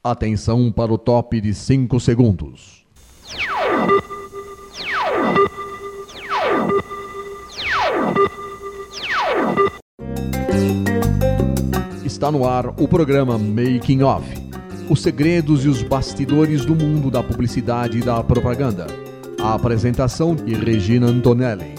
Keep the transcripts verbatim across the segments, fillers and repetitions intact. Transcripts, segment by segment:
Atenção para o top de cinco segundos. Está no ar o programa Making Off. Os segredos e os bastidores do mundo da publicidade e da propaganda. A apresentação de Regina Antonelli.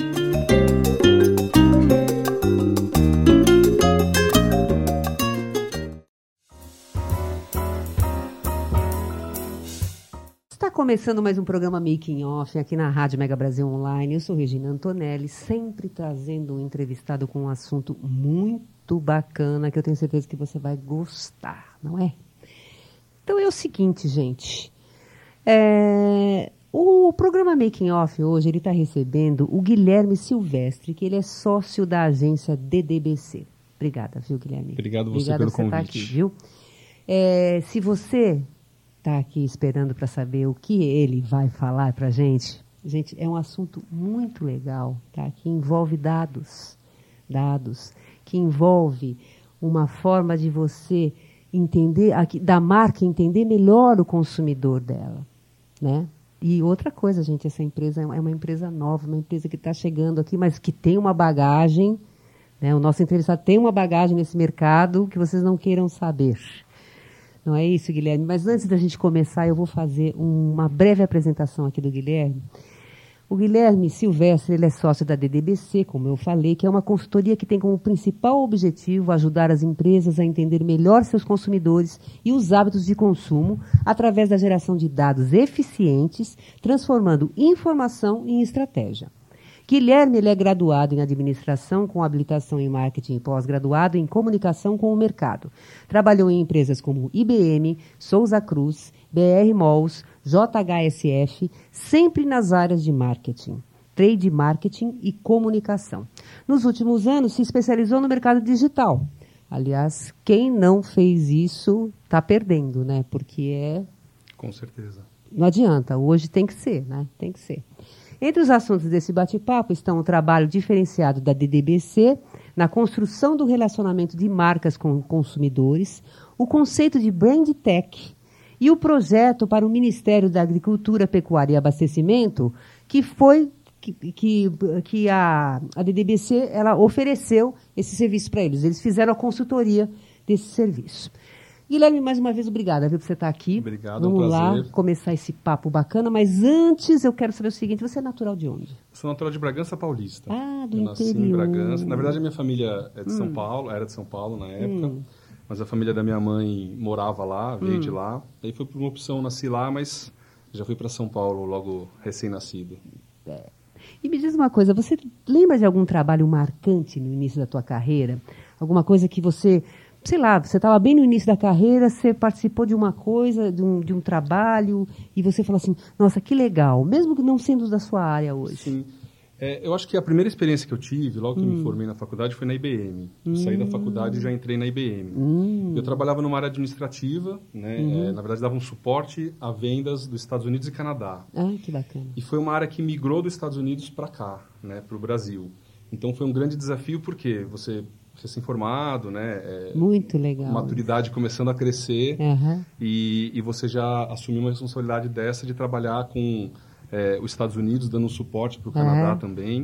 Está começando mais um programa Making Off aqui na Rádio Mega Brasil Online. Eu sou Regina Antonelli, sempre trazendo um entrevistado com um assunto muito bacana que eu tenho certeza que você vai gostar, não é? Então é o seguinte, gente. É... O programa Making Off hoje, ele está recebendo o Guilherme Silvestre, que ele é sócio da agência D D B C. Obrigada, viu, Guilherme? Obrigado você Obrigada pelo por você convite. estar aqui, viu? É, se você está aqui esperando para saber o que ele vai falar para a gente, gente, é um assunto muito legal, tá? Que envolve dados, dados, que envolve uma forma de você entender, da marca entender melhor o consumidor dela, né? E outra coisa, gente, essa empresa é uma empresa nova, uma empresa que está chegando aqui, mas que tem uma bagagem, né? O nosso entrevistado tem uma bagagem nesse mercado que vocês não queiram saber. Não é isso, Guilherme? Mas antes da gente começar, eu vou fazer uma breve apresentação aqui do Guilherme. O Guilherme Silvestre, ele é sócio da D D B C, como eu falei, que é uma consultoria que tem como principal objetivo ajudar as empresas a entender melhor seus consumidores e os hábitos de consumo através da geração de dados eficientes, transformando informação em estratégia. Guilherme, ele é graduado em administração com habilitação em marketing e pós-graduado em comunicação com o mercado. Trabalhou em empresas como I B M, Souza Cruz, B R Malls, J H S F, sempre nas áreas de marketing, trade marketing e comunicação. Nos últimos anos, se especializou no mercado digital. Aliás, quem não fez isso está perdendo, né? Porque é... Com certeza. Não adianta, hoje tem que ser, né? Tem que ser. Entre os assuntos desse bate-papo estão o trabalho diferenciado da D D B C na construção do relacionamento de marcas com consumidores, o conceito de brand tech e o projeto para o Ministério da Agricultura, Pecuária e Abastecimento, que foi que, que, que a, a D D B C ela ofereceu esse serviço para eles. Eles fizeram a consultoria desse serviço. Guilherme, mais uma vez, obrigada viu, por você estar aqui. Obrigado, Vamos é um prazer. lá começar esse papo bacana, mas antes eu quero saber o seguinte, você é natural de onde? Sou natural de Bragança Paulista. Ah, do Eu interior. nasci em Bragança. Na verdade, a minha família é de hum. São Paulo, era de São Paulo na época, Hum. mas a família da minha mãe morava lá, veio Hum. de lá. Aí foi por uma opção, nasci lá, mas já fui para São Paulo logo recém-nascido. É. E me diz uma coisa, você lembra de algum trabalho marcante no início da tua carreira? Alguma coisa que você... Sei lá, você estava bem no início da carreira, você participou de uma coisa, de um, de um trabalho, e você falou assim, nossa, que legal, mesmo que não sendo da sua área hoje. Sim. É, eu acho que a primeira experiência que eu tive, logo que hum. eu me formei na faculdade, foi na I B M. Eu hum. saí da faculdade e já entrei na I B M. Hum. Eu trabalhava numa área administrativa, né? Uhum. É, na verdade, dava um suporte a vendas dos Estados Unidos e Canadá. Ah, que bacana. E foi uma área que migrou dos Estados Unidos para cá, né, para o Brasil. Então, foi um grande desafio, porque você... recém-formado, né? É, muito legal. Maturidade começando a crescer uhum. e, e você já assumiu uma responsabilidade dessa de trabalhar com é, os Estados Unidos, dando um suporte para o Canadá uhum. também.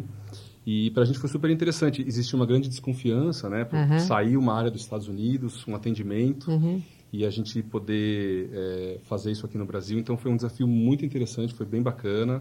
E para a gente foi super interessante. Existia uma grande desconfiança, né? Por uhum. sair uma área dos Estados Unidos, um atendimento, uhum. e a gente poder é, fazer isso aqui no Brasil. Então, foi um desafio muito interessante, foi bem bacana.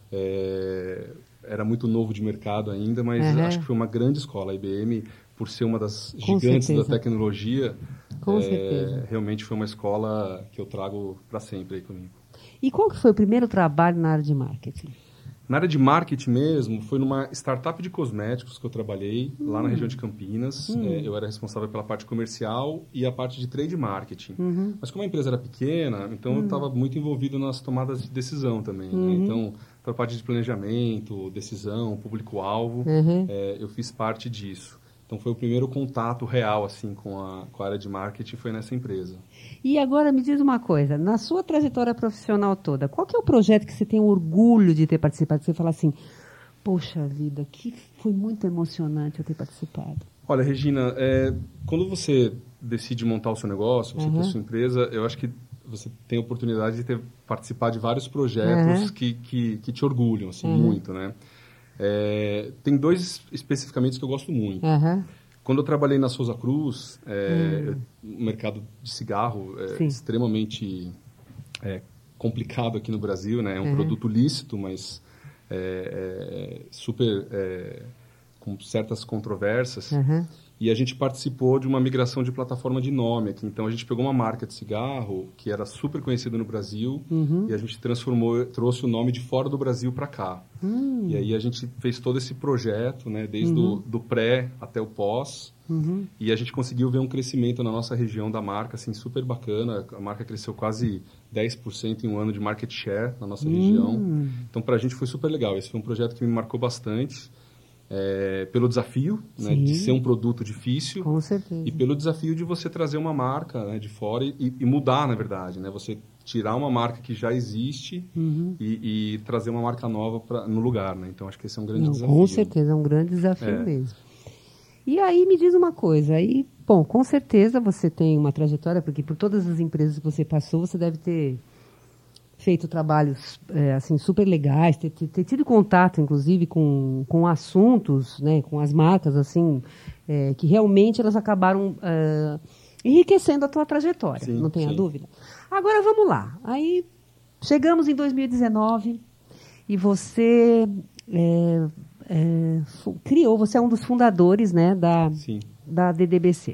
É, era muito novo de mercado ainda, mas uhum. acho que foi uma grande escola. A I B M, por ser uma das Com gigantes certeza. da tecnologia, Com é, certeza. realmente foi uma escola que eu trago para sempre aí comigo. E qual que foi o primeiro trabalho na área de marketing? Na área de marketing mesmo, foi numa startup de cosméticos que eu trabalhei, hum. lá na região de Campinas. Hum. É, eu era responsável pela parte comercial e a parte de trade marketing. Uhum. Mas como a empresa era pequena, então hum. eu estava muito envolvido nas tomadas de decisão também. Uhum. Né? Então, para a parte de planejamento, decisão, público-alvo, uhum. é, eu fiz parte disso. Então, foi o primeiro contato real assim, com, a, com a área de marketing, foi nessa empresa. E agora me diz uma coisa, na sua trajetória profissional toda, qual que é o projeto que você tem orgulho de ter participado? Que você fala assim, poxa vida, que foi muito emocionante eu ter participado. Olha, Regina, é, quando você decide montar o seu negócio, você uhum. tem a sua empresa, eu acho que você tem a oportunidade de ter, participar de vários projetos uhum. que, que, que te orgulham, assim, uhum. muito, né? É, tem dois especificamente que eu gosto muito. Uhum. Quando eu trabalhei na Souza Cruz, é, uhum. o mercado de cigarro é Sim. extremamente é, complicado aqui no Brasil, né? É um uhum. produto lícito, mas é, é, super... É, com certas controvérsias. Uhum. E a gente participou de uma migração de plataforma de nome aqui. Então, a gente pegou uma marca de cigarro que era super conhecida no Brasil uhum. e a gente transformou, trouxe o nome de fora do Brasil para cá. Uhum. E aí a gente fez todo esse projeto, né, desde uhum. do, do pré até o pós. Uhum. E a gente conseguiu ver um crescimento na nossa região da marca, assim, super bacana. A marca cresceu quase dez por cento em um ano de market share na nossa uhum. região. Então, para a gente foi super legal. Esse foi um projeto que me marcou bastante. É, pelo desafio, né, de ser um produto difícil. Com certeza. E pelo desafio de você trazer uma marca, né, de fora e, e mudar, na verdade. Né? Você tirar uma marca que já existe uhum. e, e trazer uma marca nova pra, no lugar. Né? Então, acho que esse é um grande Não, desafio. Com certeza, é um grande desafio é. mesmo. E aí, me diz uma coisa. Aí, bom, com certeza você tem uma trajetória, porque por todas as empresas que você passou, você deve ter feito trabalhos é, assim, super legais, ter, ter, ter tido contato, inclusive, com, com assuntos, né, com as marcas, assim, é, que realmente elas acabaram é, enriquecendo a tua trajetória, sim, não tenha dúvida. Agora, vamos lá. Aí, chegamos em dois mil e dezenove e você é, é, criou, você é um dos fundadores, né, da, da D D B C.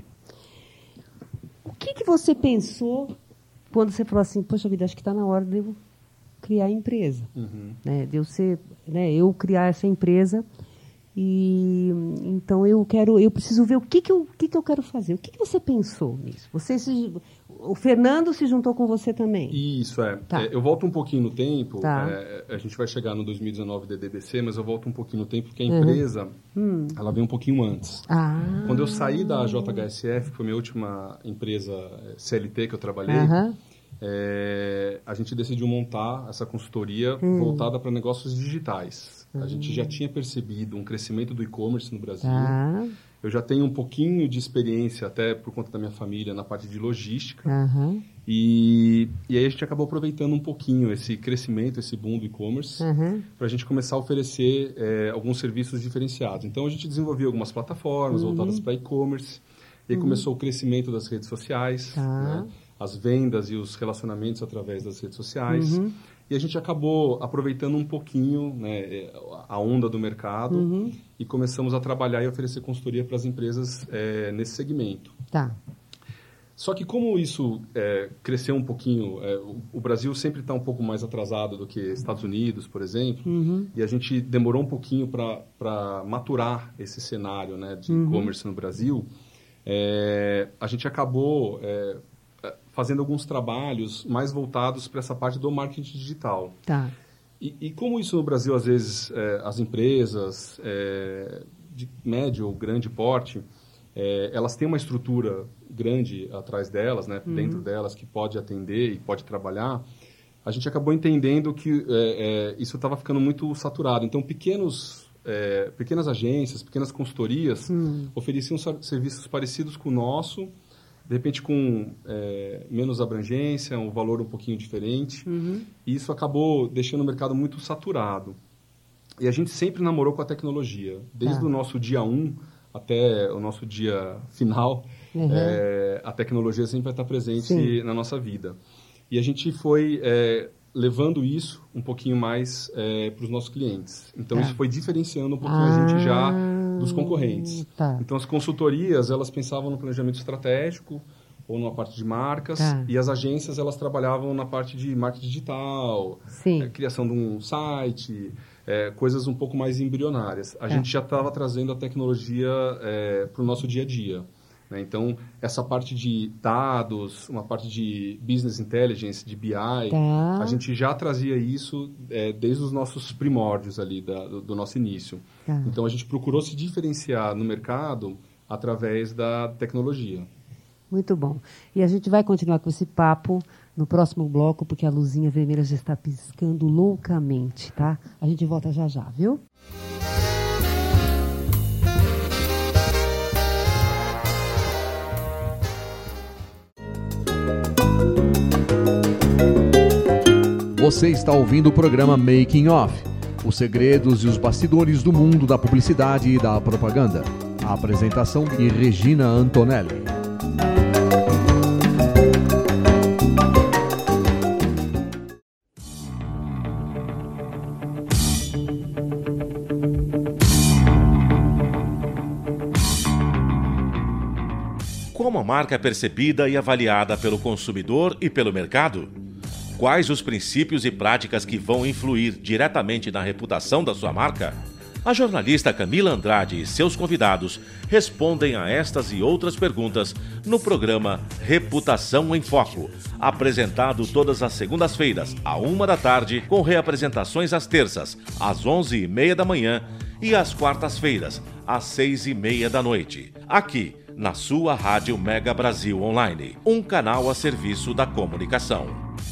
O que, que você pensou quando você falou assim, poxa vida, acho que está na hora de eu criar a empresa, uhum. né? De eu ser, né, eu criar essa empresa e então eu quero, eu preciso ver o que que eu, o que que eu quero fazer. O que que você pensou nisso? Você se, o Fernando se juntou com você também? Isso, é. Tá. é eu volto um pouquinho no tempo, tá. é, a gente vai chegar no dois mil e dezenove D D B C, mas eu volto um pouquinho no tempo porque a empresa, uhum. ela veio um pouquinho antes. Ah. Quando eu saí da J H S F, que foi a minha última empresa C L T que eu trabalhei, uhum. É, a gente decidiu montar essa consultoria hum. voltada para negócios digitais. Hum. A gente já tinha percebido um crescimento do e-commerce no Brasil. Ah. Eu já tenho um pouquinho de experiência, até por conta da minha família, na parte de logística. Uhum. E, e aí a gente acabou aproveitando um pouquinho esse crescimento, esse boom do e-commerce, uhum. para a gente começar a oferecer é, alguns serviços diferenciados. Então, a gente desenvolveu algumas plataformas uhum. voltadas para e-commerce. E aí uhum. começou o crescimento das redes sociais, tá. né? As vendas e os relacionamentos através das redes sociais. Uhum. E a gente acabou aproveitando um pouquinho, né, a onda do mercado uhum. e começamos a trabalhar e oferecer consultoria para as empresas é, nesse segmento. Tá. Só que como isso é, cresceu um pouquinho, é, o, o Brasil sempre está um pouco mais atrasado do que Estados Unidos, por exemplo, uhum. e a gente demorou um pouquinho para maturar esse cenário, né, de uhum. e-commerce no Brasil, é, a gente acabou... É, fazendo alguns trabalhos mais voltados para essa parte do marketing digital. Tá. E, e como isso no Brasil, às vezes, é, as empresas é, de médio ou grande porte, é, elas têm uma estrutura grande atrás delas, né, uhum. dentro delas, que pode atender e pode trabalhar, a gente acabou entendendo que é, é, isso estava ficando muito saturado. Então, pequenos... É, pequenas agências, pequenas consultorias uhum. ofereciam serviços parecidos com o nosso, de repente com é, menos abrangência, um valor um pouquinho diferente. Uhum. E isso acabou deixando o mercado muito saturado. E a gente sempre namorou com a tecnologia. Desde ah. o nosso dia um até o nosso dia final, uhum. é, a tecnologia sempre vai estar presente Sim. na nossa vida. E a gente foi é, levando isso um pouquinho mais é, para os nossos clientes. Então, ah. isso foi diferenciando um pouquinho ah. a gente já... dos concorrentes. Tá. Então, as consultorias, elas pensavam no planejamento estratégico ou na parte de marcas, tá. e as agências, elas trabalhavam na parte de marketing digital, é, criação de um site, é, coisas um pouco mais embrionárias. A tá. gente já estava trazendo a tecnologia é, para o nosso dia a dia. Né? Então, essa parte de dados, uma parte de business intelligence, de B I, tá. a gente já trazia isso é, desde os nossos primórdios ali, da, do, do nosso início. Tá. Então, a gente procurou se diferenciar no mercado através da tecnologia. Muito bom. E a gente vai continuar com esse papo no próximo bloco, porque a luzinha vermelha já está piscando loucamente, tá? A gente volta já já, viu? Você está ouvindo o programa Making Off, os segredos e os bastidores do mundo da publicidade e da propaganda. A apresentação de Regina Antonelli. Como a marca é percebida e avaliada pelo consumidor e pelo mercado? Quais os princípios e práticas que vão influir diretamente na reputação da sua marca? A jornalista Camila Andrade e seus convidados respondem a estas e outras perguntas no programa Reputação em Foco, apresentado todas as segundas-feiras, à uma da tarde, com reapresentações às terças, às onze e meia da manhã e às quartas-feiras, às seis e meia da noite, aqui na sua Rádio Mega Brasil Online, um canal a serviço da comunicação.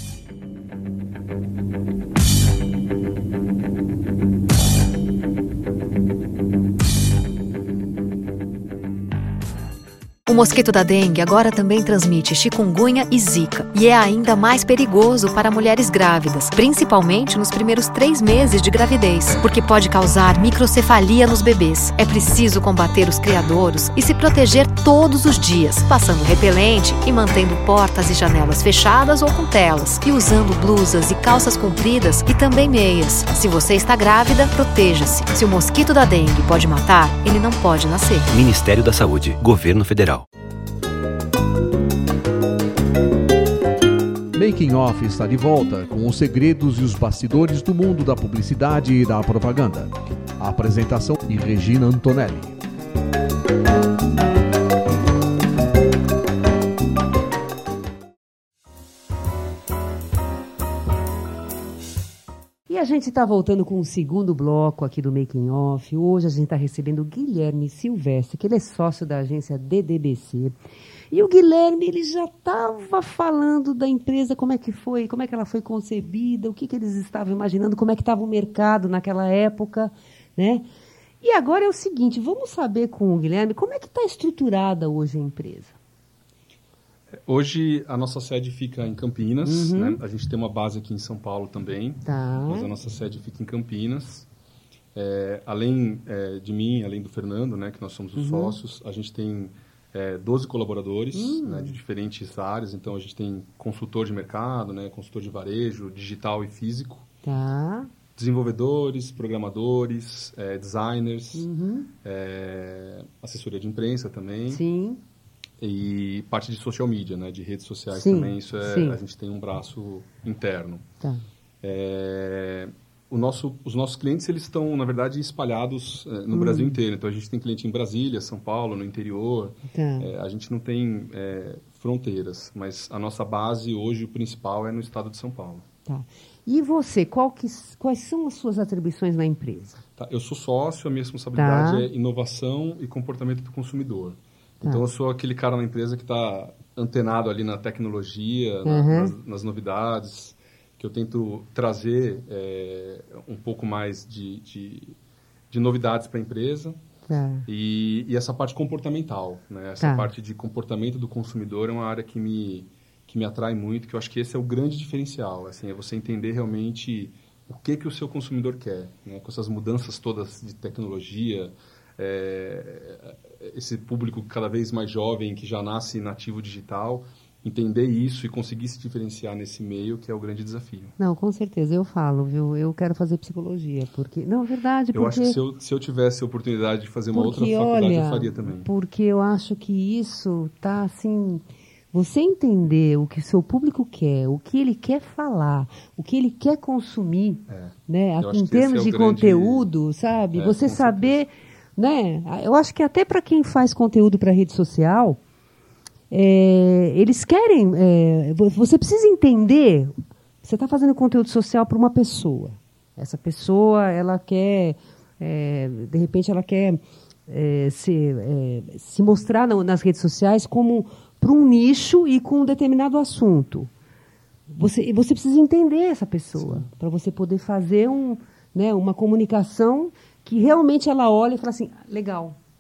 O mosquito da dengue agora também transmite chikungunya e zika e é ainda mais perigoso para mulheres grávidas, principalmente nos primeiros três meses de gravidez, porque pode causar microcefalia nos bebês. É preciso combater os criadouros e se proteger todos os dias, passando repelente e mantendo portas e janelas fechadas ou com telas, e usando blusas e calças compridas e também meias. Se você está grávida, proteja-se. Se o mosquito da dengue pode matar, ele não pode nascer. Ministério da Saúde, Governo Federal. Making Off está de volta com os segredos e os bastidores do mundo da publicidade e da propaganda. A apresentação de Regina Antonelli. E a gente está voltando com o segundo bloco aqui do Making Off. Hoje a gente está recebendo o Guilherme Silvestre, que ele é sócio da agência D D B C. E o Guilherme, ele já estava falando da empresa, como é que foi, como é que ela foi concebida, o que, que eles estavam imaginando, como é que estava o mercado naquela época, né? E agora é o seguinte, vamos saber com o Guilherme como é que está estruturada hoje a empresa. Hoje a nossa sede fica em Campinas, Uhum. né? A gente tem uma base aqui em São Paulo também, Tá. mas a nossa sede fica em Campinas. É, além é, de mim, além do Fernando, né, que nós somos os Uhum. sócios, a gente tem é, doze colaboradores, Uhum. né, de diferentes áreas. Então a gente tem consultor de mercado, né, consultor de varejo, digital e físico, Tá. desenvolvedores, programadores, é, designers, Uhum. é, assessoria de imprensa também. Sim. E parte de social media, né, de redes sociais Sim, também, isso é, sim. a gente tem um braço interno. Tá. É, o nosso, os nossos clientes, eles estão, na verdade, espalhados é, no Hum. Brasil inteiro. Então, a gente tem cliente em Brasília, São Paulo, no interior. Tá. É, a gente não tem é, fronteiras, mas a nossa base hoje, o principal, é no estado de São Paulo. Tá. E você, qual que, quais são as suas atribuições na empresa? Tá, eu sou sócio, a minha responsabilidade Tá. é inovação e comportamento do consumidor. Tá. Então, eu sou aquele cara na empresa que está antenado ali na tecnologia, na- Uhum. nas, nas novidades, que eu tento trazer é, um pouco mais de, de, de novidades para a empresa. Tá. E, e essa parte comportamental, né? Essa Tá. parte de comportamento do consumidor é uma área que me, que me atrai muito, que eu acho que esse é o grande diferencial, assim, é você entender realmente o que, que o seu consumidor quer, né? Com essas mudanças todas de tecnologia, é, esse público cada vez mais jovem que já nasce nativo digital, entender isso e conseguir se diferenciar nesse meio que é o grande desafio. Não, com certeza, eu falo, viu? Eu quero fazer psicologia, porque... Não, é verdade, Eu porque... acho que se eu, se eu tivesse a oportunidade de fazer uma porque, outra faculdade, olha, eu faria também. Porque eu acho que isso tá assim... Você entender o que o seu público quer, o que ele quer falar, o que ele quer consumir, É. né? Eu acho Em que esse termos é o de grande- conteúdo, sabe? É, Você com saber, né? Eu acho que até para quem faz conteúdo para rede social, é, eles querem... é, vo- você precisa entender... Você está fazendo conteúdo social para uma pessoa. Essa pessoa, ela quer... é, de repente, ela quer é, se, é, se mostrar na- nas redes sociais como para um nicho e com um determinado assunto. Você, você precisa entender essa pessoa para você poder fazer um, né, uma comunicação que realmente ela olha e fala assim, legal,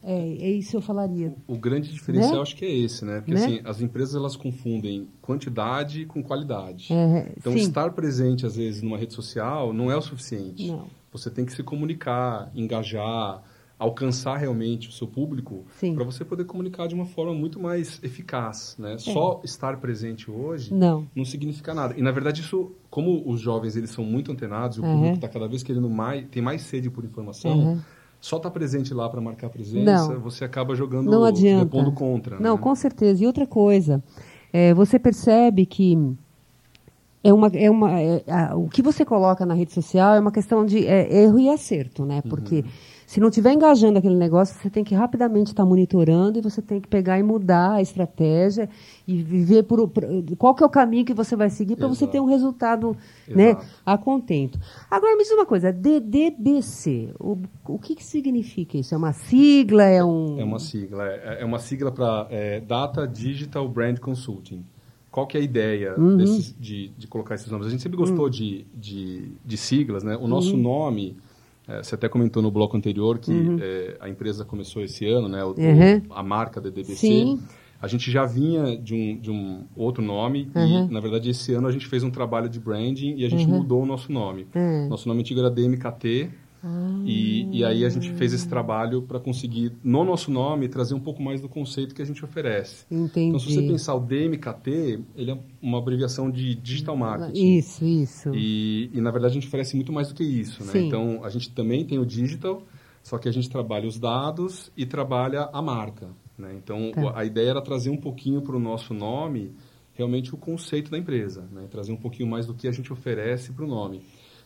É, é isso eu falaria. O, o grande diferencial né? acho que é esse, né? Porque né? assim, as empresas elas confundem quantidade com qualidade. É, então, sim. estar presente, às vezes, numa rede social não é o suficiente. Não. Você tem que se comunicar, engajar, alcançar realmente o seu público para você poder comunicar de uma forma muito mais eficaz, né? É. Só estar presente hoje não. não significa nada. E, na verdade, isso, como os jovens eles são muito antenados e o uhum. público está cada vez querendo mais, tem mais sede por informação, uhum. só estar presente lá para marcar presença, não. você acaba jogando, não adianta. repondo contra. Não, né? com certeza. E outra coisa, é, você percebe que É uma, é uma, é, a, o que você coloca na rede social é uma questão de é, erro e acerto, né? Porque uhum. se não estiver engajando aquele negócio, você tem que rapidamente estar monitorando e você tem que pegar e mudar a estratégia e ver por, por, qual que é o caminho que você vai seguir para você ter um resultado, né, a contento. Agora, me diz uma coisa, D D B C, o, o que, que significa isso? É uma sigla? É, um... é uma sigla. É, é uma sigla para é, Data Digital Brand Consulting. Qual que é a ideia uhum. desses, de, de colocar esses nomes? A gente sempre gostou uhum. de, de, de siglas, né? O nosso uhum. nome, é, você até comentou no bloco anterior que uhum. é, a empresa começou esse ano, né? O, uhum. o, a marca D D B C. Sim. A gente já vinha de um, de um outro nome uhum. e, na verdade, esse ano a gente fez um trabalho de branding e a gente uhum. mudou o nosso nome. Uhum. Nosso nome antigo era D M K T. Ah. E, e aí a gente fez esse trabalho para conseguir, no nosso nome, trazer um pouco mais do conceito que a gente oferece. Entendi. Então, se você pensar o D M K T, ele é uma abreviação de Digital Marketing. Isso, isso. E, e na verdade, a gente oferece muito mais do que isso. Né? Então, a gente também tem o Digital, só que a gente trabalha os dados e trabalha a marca. Né? Então, tá. a ideia era trazer um pouquinho para o nosso nome, realmente o conceito da empresa. Né? Trazer um pouquinho mais do que a gente oferece para o nome.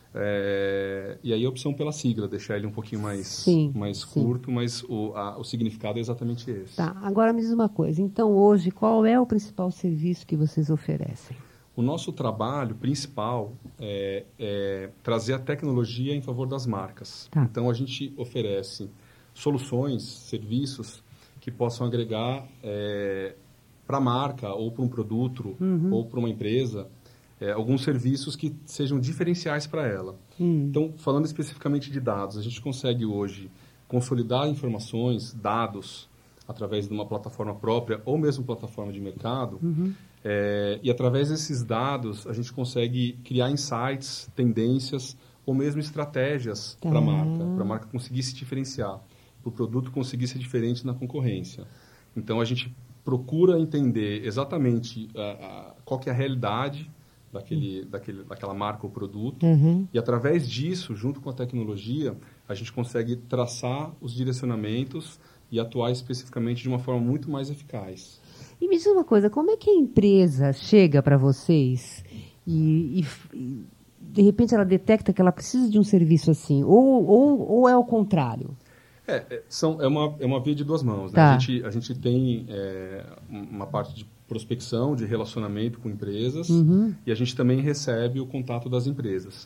É, e aí a opção pela sigla, deixar ele um pouquinho mais, sim, mais sim. curto, mas o, a, o significado é exatamente esse. Tá, agora me diz uma coisa, então hoje qual é o principal serviço que vocês oferecem? O nosso trabalho principal é, é trazer a tecnologia em favor das marcas. Tá. Então a gente oferece soluções, serviços que possam agregar é, para a marca ou para um produto uhum. ou para uma empresa É, alguns serviços que sejam diferenciais para ela. Hum. Então, falando especificamente de dados, a gente consegue hoje consolidar informações, dados, através de uma plataforma própria ou mesmo plataforma de mercado. Uhum. É, e através desses dados, a gente consegue criar insights, tendências ou mesmo estratégias ah. para a marca, para a marca conseguir se diferenciar, para o produto conseguir ser diferente na concorrência. Então, a gente procura entender exatamente a, a, qual que é a realidade Daquele, uhum. daquele, daquela marca ou produto. Uhum. E, através disso, junto com a tecnologia, a gente consegue traçar os direcionamentos e atuar especificamente de uma forma muito mais eficaz. E me diz uma coisa, como é que a empresa chega para vocês e, e, e, de repente, ela detecta que ela precisa de um serviço assim? Ou, ou, ou é o contrário? É, é, são, é, uma, é uma via de duas mãos. Né? Tá. A, gente, a gente tem é, uma parte de prospecção, de relacionamento com empresas, uhum. e a gente também recebe o contato das empresas.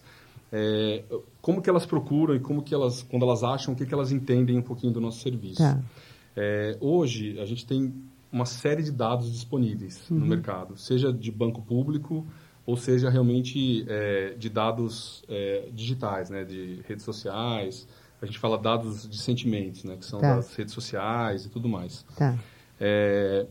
É, como que elas procuram e como que elas, quando elas acham, o que, que elas entendem um pouquinho do nosso serviço. Tá. É, hoje, a gente tem uma série de dados disponíveis uhum. no mercado, seja de banco público ou seja realmente é, de dados é, digitais, né, de redes sociais. A gente fala dados de sentimentos, né, que são tá. das redes sociais e tudo mais. Tá. É,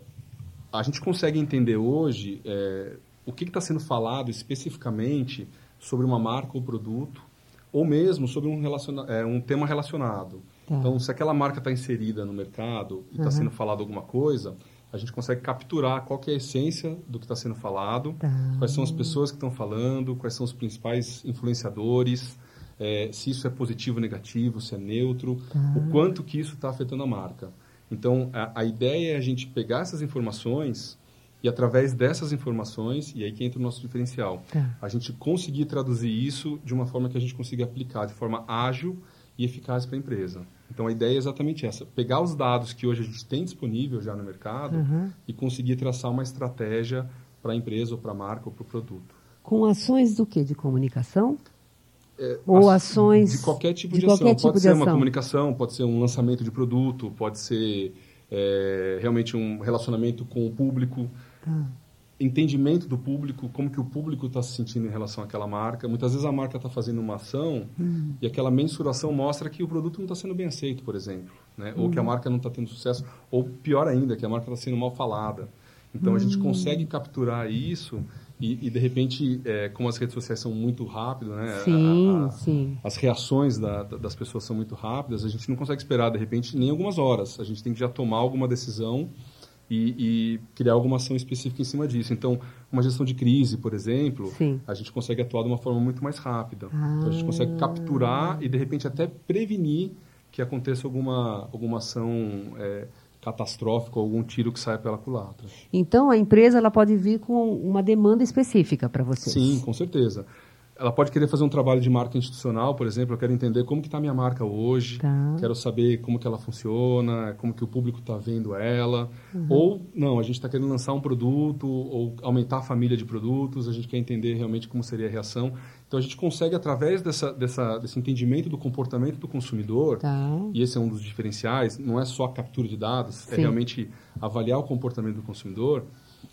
a gente consegue entender hoje é, o que está sendo falado especificamente sobre uma marca ou produto, ou mesmo sobre um, relaciona- é, um tema relacionado. Tá. Então, se aquela marca está inserida no mercado e está uhum. sendo falado alguma coisa, a gente consegue capturar qual que é a essência do que está sendo falado, tá. quais são as pessoas que estão falando, quais são os principais influenciadores, é, se isso é positivo ou negativo, se é neutro, tá. o quanto que isso está afetando a marca. Então, a, a ideia é a gente pegar essas informações e, através dessas informações, e aí que entra o nosso diferencial, tá. a gente conseguir traduzir isso de uma forma que a gente consiga aplicar de forma ágil e eficaz para a empresa. Então, a ideia é exatamente essa, pegar os dados que hoje a gente tem disponível já no mercado uhum. e conseguir traçar uma estratégia para a empresa, ou para a marca, ou para o produto. Com ações do quê? De comunicação? É, ou ações... De qualquer tipo de, de ação. Qualquer tipo pode de ser ação. uma comunicação, pode ser um lançamento de produto, pode ser é, realmente um relacionamento com o público, ah. entendimento do público, como que o público está se sentindo em relação àquela marca. Muitas vezes a marca está fazendo uma ação hum. e aquela mensuração mostra que o produto não está sendo bem aceito, por exemplo. né? Ou que a marca não está tendo sucesso, ou pior ainda, que a marca está sendo mal falada. Então, a gente consegue capturar isso e, e de repente, é, como as redes sociais são muito rápidas, né? Sim, a, a, sim. As reações da, da, das pessoas são muito rápidas, a gente não consegue esperar, de repente, nem algumas horas. A gente tem que já tomar alguma decisão e, e criar alguma ação específica em cima disso. Então, uma gestão de crise, por exemplo, Sim. a gente consegue atuar de uma forma muito mais rápida. Ah. Então, a gente consegue capturar e, de repente, até prevenir que aconteça alguma, alguma ação é, catastrófica, algum tiro que saia pela culatra. Então, a empresa ela pode vir com uma demanda específica para vocês. Sim, com certeza. Ela pode querer fazer um trabalho de marca institucional, por exemplo, eu quero entender como que está a minha marca hoje, Tá. quero saber como que ela funciona, como que o público está vendo ela. Uhum. Ou, não, a gente está querendo lançar um produto ou aumentar a família de produtos, a gente quer entender realmente como seria a reação. Então, a gente consegue, através dessa, dessa, desse entendimento do comportamento do consumidor, Tá. e esse é um dos diferenciais, não é só a captura de dados, Sim. é realmente avaliar o comportamento do consumidor,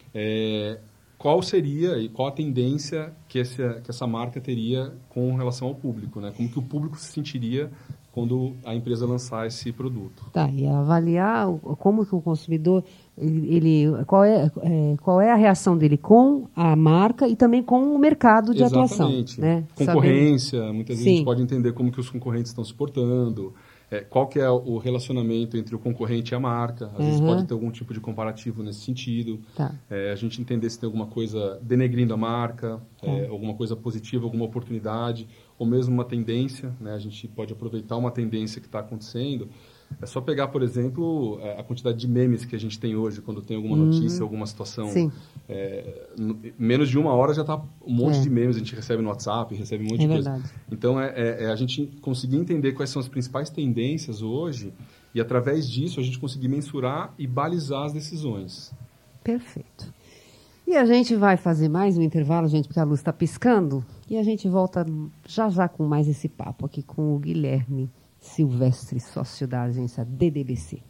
é, qual seria e qual a tendência que essa, que essa marca teria com relação ao público, né? Como que o público se sentiria quando a empresa lançar esse produto. Tá, e avaliar o- como que o consumidor, ele, ele- qual, é, é, qual é a reação dele com a marca e também com o mercado de Exatamente. atuação. Né? Concorrência, muitas vezes a Sim. gente pode entender como que os concorrentes estão se portando, é, qual que é o relacionamento entre o concorrente e a marca. Às vezes Uhum. pode ter algum tipo de comparativo nesse sentido. Tá. É, a gente entender se tem alguma coisa denegrindo a marca, é, Tá. alguma coisa positiva, alguma oportunidade, ou mesmo uma tendência, né? A gente pode aproveitar uma tendência que está acontecendo. É só pegar, por exemplo, a quantidade de memes que a gente tem hoje, quando tem alguma notícia, alguma situação. Sim. É, n- menos de uma hora já está um monte É. de memes, a gente recebe no WhatsApp, recebe um monte É de coisa. verdade. Então, é, é- é a gente conseguir entender quais são as principais tendências hoje e, através disso, a gente conseguir mensurar e balizar as decisões. Perfeito. E a gente vai fazer mais um intervalo, gente, porque a luz está piscando. E a gente volta já já com mais esse papo aqui com o Guilherme Silvestre, sócio da agência D D B C.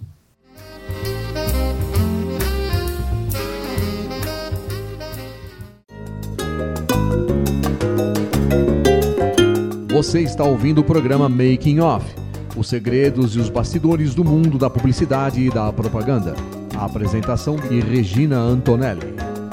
Você está ouvindo o programa Making Off, os segredos e os bastidores do mundo da publicidade e da propaganda. A apresentação de Regina Antonelli.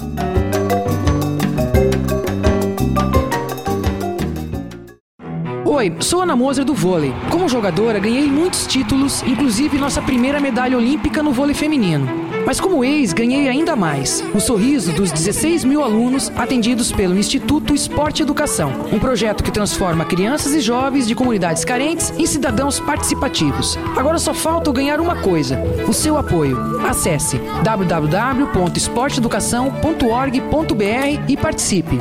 Oi, sou Ana Moser do vôlei. Como jogadora, ganhei muitos títulos, inclusive nossa primeira medalha olímpica no vôlei feminino. Mas como ex, ganhei ainda mais. O sorriso dos dezesseis mil alunos atendidos pelo Instituto Esporte Educação, um projeto que transforma crianças e jovens de comunidades carentes em cidadãos participativos. Agora só falta eu ganhar uma coisa: o seu apoio. Acesse w w w ponto esporte educação ponto org ponto b r e participe.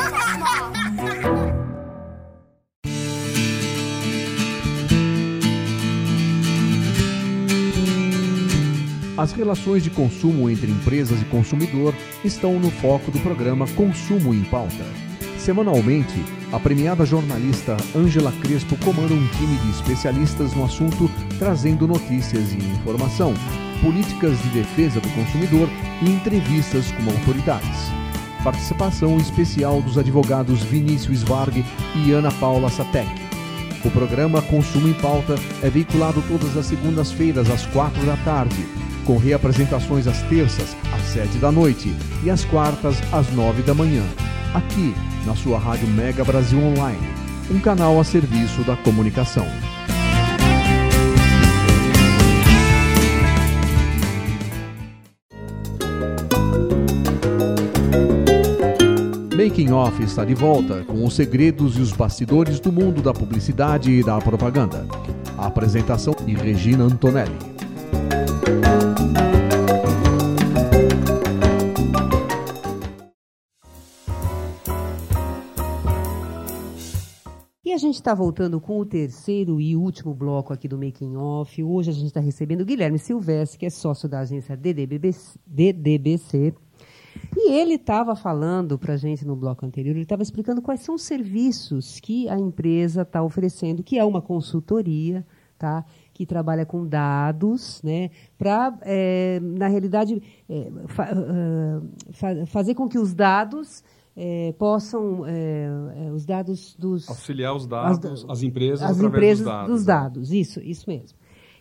As relações de consumo entre empresas e consumidor estão no foco do programa Consumo em Pauta. Semanalmente, a premiada jornalista Ângela Crespo comanda um time de especialistas no assunto, trazendo notícias e informação, políticas de defesa do consumidor e entrevistas com autoridades. Participação especial dos advogados Vinícius Varg e Ana Paula Satek. O programa Consumo em Pauta é veiculado todas as segundas-feiras às quatro da tarde, com reapresentações às terças, às sete da noite e às quartas, às nove da manhã, aqui na sua Rádio Mega Brasil Online, um canal a serviço da comunicação. Making Off está de volta com os segredos e os bastidores do mundo da publicidade e da propaganda. A apresentação de Regina Antonelli. E a gente está voltando com o terceiro e último bloco aqui do Making Off. Hoje a gente está recebendo o Guilherme Silvestre, que é sócio da agência D D B C. D D B C. E ele estava falando para a gente no bloco anterior, ele estava explicando quais são os serviços que a empresa está oferecendo, que é uma consultoria, tá? Que trabalha com dados, né? Para, é, na realidade, é, fa fa fazer com que os dados... É, possam, é, é, os dados dos... Auxiliar os dados, as, as empresas as através empresas dos dados. dos né? dados, isso, isso mesmo.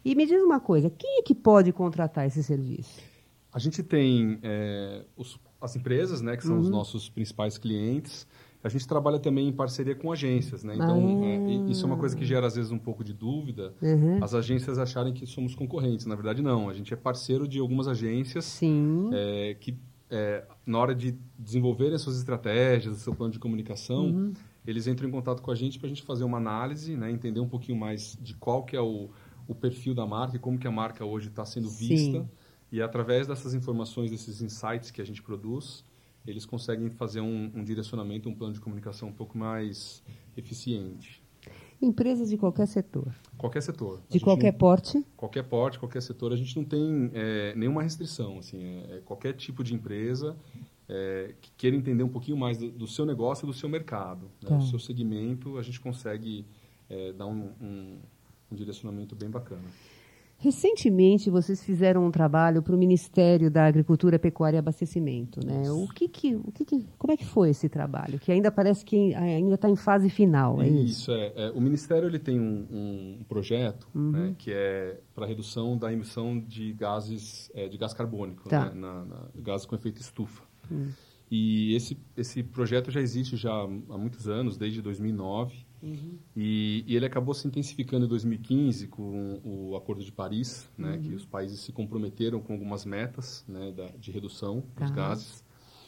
E me diz uma coisa, quem é que pode contratar esse serviço? A gente tem é, os, as empresas, né, que são uhum. os nossos principais clientes. A gente trabalha também em parceria com agências, né? Então, ah. é, isso é uma coisa que gera, às vezes, um pouco de dúvida. Uhum. As agências acharem que somos concorrentes. Na verdade, não. A gente é parceiro de algumas agências Sim. É, que, é, na hora de desenvolverem as suas estratégias, o seu plano de comunicação, uhum. eles entram em contato com a gente para a gente fazer uma análise, né? Entender um pouquinho mais de qual que é o, o perfil da marca e como que a marca hoje está sendo vista. Sim. E, através dessas informações, desses insights que a gente produz, eles conseguem fazer um, um direcionamento, um plano de comunicação um pouco mais eficiente. Empresas de qualquer setor? Qualquer setor. De qualquer não, porte? Qualquer porte, qualquer setor. A gente não tem é, nenhuma restrição. Assim, é, é qualquer tipo de empresa é, que queira entender um pouquinho mais do, do seu negócio e do seu mercado. Né? Tá. Do seu segmento, a gente consegue é, dar um, um, um direcionamento bem bacana. Recentemente, vocês fizeram um trabalho para o Ministério da Agricultura, Pecuária e Abastecimento, né? O que que, o que que, como é que foi esse trabalho? Que ainda parece que ainda está em fase final, é isso? Isso, é. é o Ministério ele tem um, um projeto uhum. né, que é para redução da emissão de gases, é, de gás carbônico, tá. né, na, na, gases com efeito estufa. Uhum. E esse, esse projeto já existe já há muitos anos, desde dois mil e nove. Uhum. E, e ele acabou se intensificando em dois mil e quinze com o Acordo de Paris, né, uhum. que os países se comprometeram com algumas metas, né, da, de redução dos uhum. gases.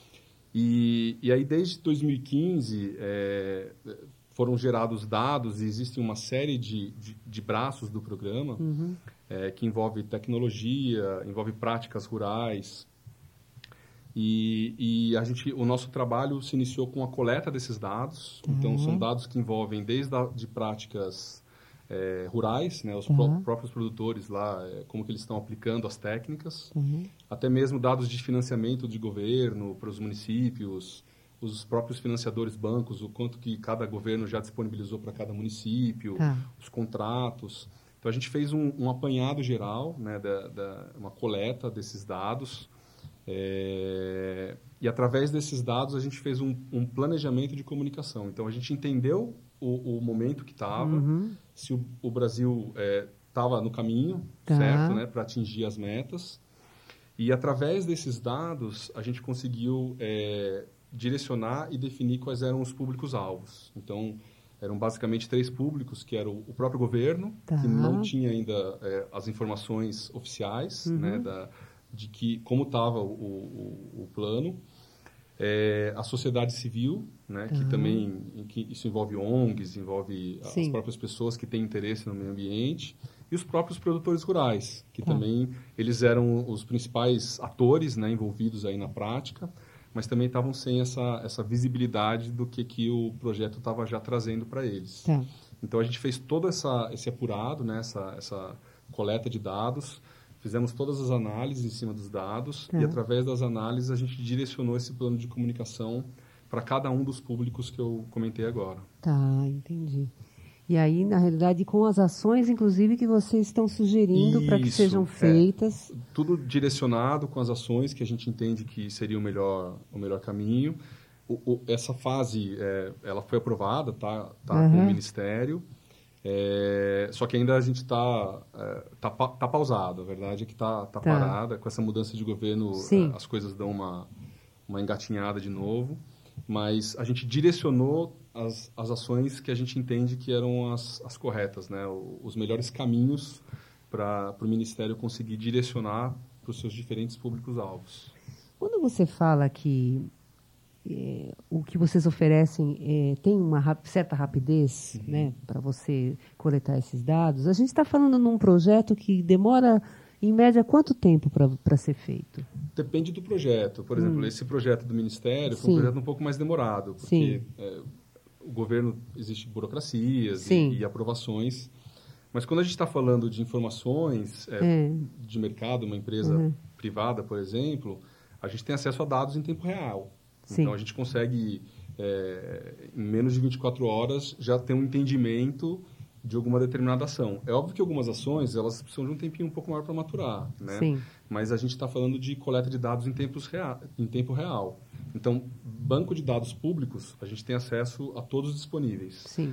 E, e aí, desde dois mil e quinze, é, foram gerados dados e existe uma série de, de, de braços do programa uhum. é, que envolve tecnologia, envolve práticas rurais. E, e a gente, o nosso trabalho se iniciou com a coleta desses dados. Uhum. Então, são dados que envolvem desde a, de práticas é, rurais, né, os uhum. pró- próprios produtores lá, é, como que eles estão aplicando as técnicas, uhum. até mesmo dados de financiamento de governo para os municípios, os próprios financiadores bancos, o quanto que cada governo já disponibilizou para cada município, uhum. os contratos. Então, a gente fez um, um apanhado geral, né, da, da, uma coleta desses dados. É, e através desses dados a gente fez um, um planejamento de comunicação. Então a gente entendeu o, o momento que estava, uhum. se o, o Brasil estava é, no caminho tá. certo, né, para atingir as metas. E através desses dados a gente conseguiu é, direcionar e definir quais eram os públicos-alvos. Então eram basicamente três públicos, que era o, o próprio governo, tá. que não tinha ainda é, as informações oficiais, uhum. né, da de que, como estava o, o, o plano, é, a sociedade civil, né, que uhum. também que isso envolve O N Gs, envolve Sim. as próprias pessoas que têm interesse no meio ambiente, e os próprios produtores rurais, que uhum. também eles eram os principais atores, né, envolvidos aí na prática, mas também estavam sem essa, essa visibilidade do que, que o projeto estava já trazendo para eles. Uhum. Então, a gente fez todo essa, esse apurado, né, essa, essa coleta de dados. Fizemos todas as análises em cima dos dados tá. e, através das análises, a gente direcionou esse plano de comunicação para cada um dos públicos que eu comentei agora. Tá, entendi. E aí, na realidade, com as ações, inclusive, que vocês estão sugerindo para que sejam feitas. É, tudo direcionado com as ações que a gente entende que seria o melhor, o melhor caminho. O, o, essa fase, é, ela foi aprovada, tá, tá uhum. com o Ministério. É, só que ainda a gente está é, tá, tá pausado, a verdade é que está tá tá. parada. Com essa mudança de governo, é, as coisas dão uma, uma engatinhada de novo, mas a gente direcionou as, as ações que a gente entende que eram as, as corretas, né? O, os melhores caminhos para o Ministério conseguir direcionar para os seus diferentes públicos-alvos. Quando você fala que É, o que vocês oferecem é, tem uma rap- certa rapidez uhum. né, para você coletar esses dados. A gente está falando num projeto que demora, em média, quanto tempo para ser feito? Depende do projeto. Por exemplo, hum. esse projeto do Ministério foi Sim. um projeto um pouco mais demorado, porque é, o governo, existe burocracias e, e aprovações. Mas quando a gente está falando de informações é, é. de mercado, uma empresa uhum. privada, por exemplo, a gente tem acesso a dados em tempo real. Sim. Então, a gente consegue, é, em menos de vinte e quatro horas, já ter um entendimento de alguma determinada ação. É óbvio que algumas ações, elas precisam de um tempinho um pouco maior para maturar, né? Sim. Mas a gente está falando de coleta de dados em, tempos rea- em tempo real. Então, banco de dados públicos, a gente tem acesso a todos disponíveis. Sim.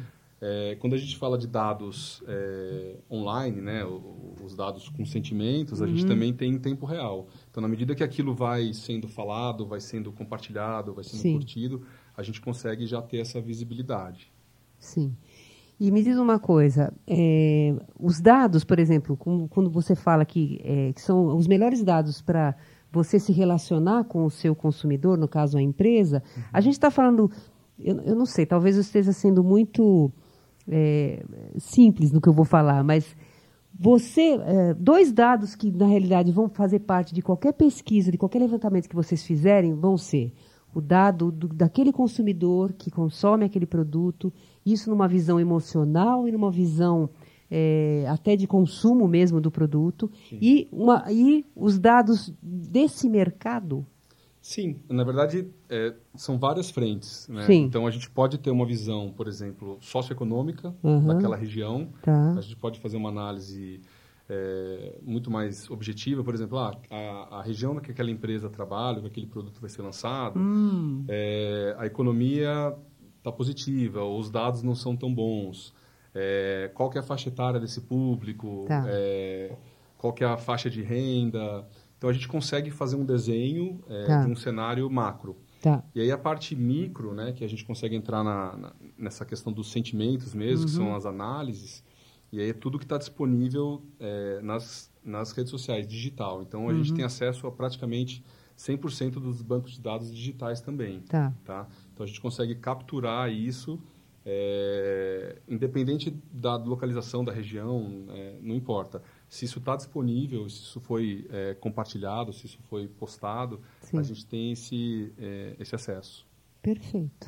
É, quando a gente fala de dados é, online, né, os dados com sentimentos, a uhum. gente também tem em tempo real. Então, na medida que aquilo vai sendo falado, vai sendo compartilhado, vai sendo Sim. curtido, a gente consegue já ter essa visibilidade. Sim. E me diz uma coisa, é, os dados, por exemplo, como, quando você fala que, é, que são os melhores dados para você se relacionar com o seu consumidor, no caso a empresa, uhum. a gente está falando, eu, eu não sei, talvez eu esteja sendo muito... É, simples no que eu vou falar, mas você, é, dois dados que na realidade vão fazer parte de qualquer pesquisa, de qualquer levantamento que vocês fizerem, vão ser o dado do, daquele consumidor que consome aquele produto, isso numa visão emocional e numa visão é, até de consumo mesmo do produto, e, uma, e os dados desse mercado. Sim, na verdade, é, são várias frentes. Né? Sim. Então, a gente pode ter uma visão, por exemplo, socioeconômica uhum. daquela região. Tá. A gente pode fazer uma análise é, muito mais objetiva. Por exemplo, ah, a, a região que aquela empresa trabalha, que aquele produto vai ser lançado, hum. é, a economia está positiva, os dados não são tão bons. É, qual que é a faixa etária desse público? Tá. É, qual que é a faixa de renda? Então, a gente consegue fazer um desenho é, tá. de um cenário macro. Tá. E aí, a parte micro, né, que a gente consegue entrar na, na, nessa questão dos sentimentos mesmo, uhum. que são as análises, e aí é tudo que está disponível é, nas, nas redes sociais, digital. Então, a uhum. gente tem acesso a praticamente cem por cento dos bancos de dados digitais também. Tá. Tá? Então, a gente consegue capturar isso, é, independente da localização da região, é, não importa. Se isso está disponível, se isso foi é, compartilhado, se isso foi postado, Sim. a gente tem esse, é, esse acesso. Perfeito.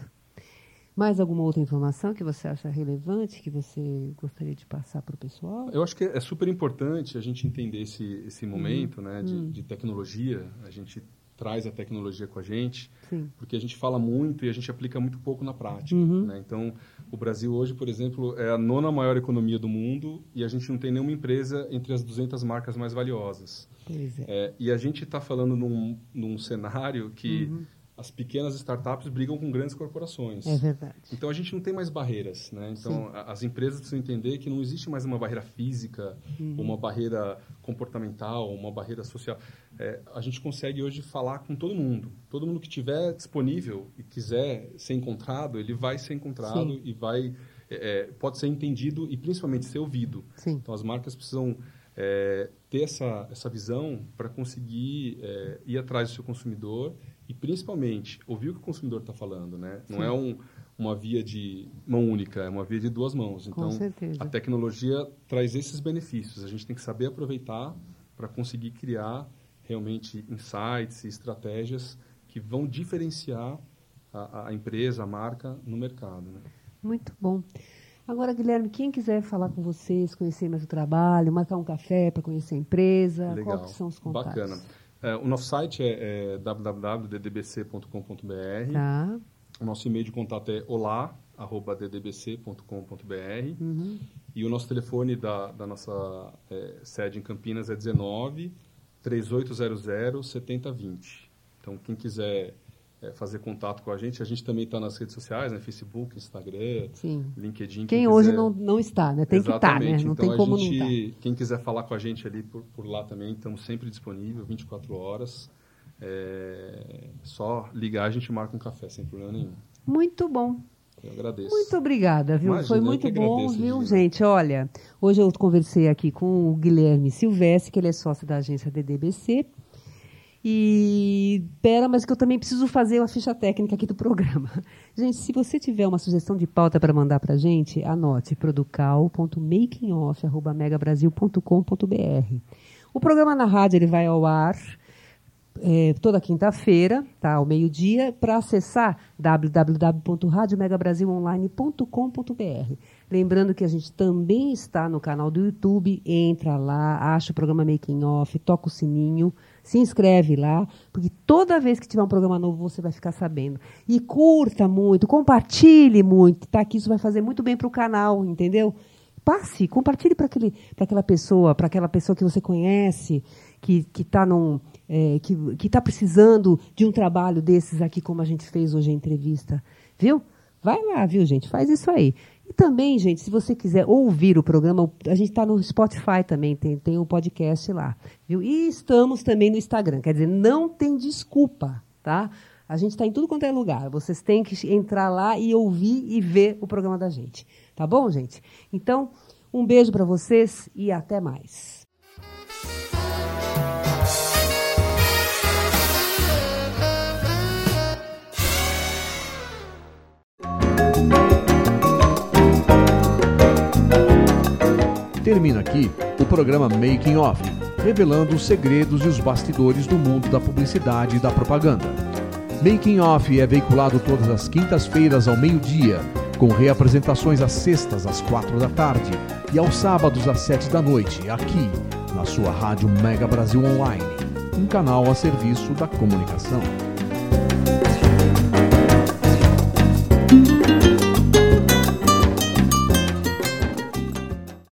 Mais alguma outra informação que você acha relevante, que você gostaria de passar para o pessoal? Eu acho que é super importante a gente entender esse, esse momento hum. né, de, hum. de tecnologia. A gente traz a tecnologia com a gente, Sim. porque a gente fala muito e a gente aplica muito pouco na prática. Uhum. Né? Então, o Brasil hoje, por exemplo, é a nona maior economia do mundo e a gente não tem nenhuma empresa entre as duzentas marcas mais valiosas. Pois é. É, e a gente está falando num, num cenário que uhum. as pequenas startups brigam com grandes corporações. É verdade. Então, a gente não tem mais barreiras. Né? Então, a, as empresas precisam entender que não existe mais uma barreira física, uhum. uma barreira comportamental, uma barreira social. É, a gente consegue hoje falar com todo mundo. Todo mundo que estiver disponível e quiser ser encontrado, ele vai ser encontrado Sim. e vai, é, pode ser entendido e principalmente ser ouvido. Sim. Então, as marcas precisam é, ter essa, essa visão para conseguir é, ir atrás do seu consumidor e, principalmente, ouvir o que o consumidor está falando. Né? Não é um, uma via de mão única, é uma via de duas mãos. Então, com certeza. A tecnologia traz esses benefícios. A gente tem que saber aproveitar para conseguir criar realmente insights e estratégias que vão diferenciar a, a empresa, a marca no mercado. Né? Muito bom. Agora, Guilherme, quem quiser falar com vocês, conhecer mais o trabalho, marcar um café para conhecer a empresa, Legal. quais são os contatos? Bacana. É, o nosso site é, é w w w ponto d d b c ponto com ponto b r. Tá. O nosso e-mail de contato é olá arroba d d b c ponto com ponto b r. Uhum. E o nosso telefone da, da nossa é, sede em Campinas é dezenove, três oito zero zero, sete zero dois zero. Então, quem quiser é, fazer contato com a gente, a gente também está nas redes sociais, né? Facebook, Instagram, Sim. LinkedIn. Quem, quem hoje quiser... não, não está, né? Tem Exatamente. que estar, né? Não então, tem como gente, não estar. Quem quiser falar com a gente ali por, por lá também, estamos sempre disponíveis, vinte e quatro horas. É só ligar, a gente marca um café, sem problema nenhum. Muito bom. Eu agradeço. Muito obrigada, viu? Imagina, Foi muito bom, agradeço, viu, Gina. gente? Olha, hoje eu conversei aqui com o Guilherme Silvestre, que ele é sócio da agência D D B C. E, pera, mas que eu também preciso fazer uma ficha técnica aqui do programa. Gente, se você tiver uma sugestão de pauta para mandar para a gente, anote producal ponto makingoff arroba megabrasil ponto com ponto b r. O programa na rádio ele vai ao ar é, toda quinta-feira, tá, ao meio-dia, para acessar w w w ponto rádio megabrasil online ponto com ponto b r. Lembrando que a gente também está no canal do YouTube, entra lá, acha o programa Making Off, toca o sininho, se inscreve lá, porque toda vez que tiver um programa novo você vai ficar sabendo. E curta muito, compartilhe muito, tá? Que isso vai fazer muito bem para o canal, entendeu? Passe, compartilhe para aquela pessoa, para aquela pessoa que você conhece, que que está num é, que que está precisando de um trabalho desses aqui, como a gente fez hoje a entrevista, viu? Vai lá, viu, gente? Faz isso aí. E também, gente, se você quiser ouvir o programa, a gente está no Spotify também, tem, tem o podcast lá. Viu? E estamos também no Instagram. Quer dizer, não tem desculpa, tá? A gente está em tudo quanto é lugar. Vocês têm que entrar lá e ouvir e ver o programa da gente. Tá bom, gente? Então, um beijo para vocês e até mais. Termina aqui o programa Making Off, revelando os segredos e os bastidores do mundo da publicidade e da propaganda. Making Off é veiculado todas as quintas-feiras ao meio-dia, com reapresentações às sextas às quatro da tarde e aos sábados às sete da noite, aqui na sua rádio Mega Brasil Online, um canal a serviço da comunicação.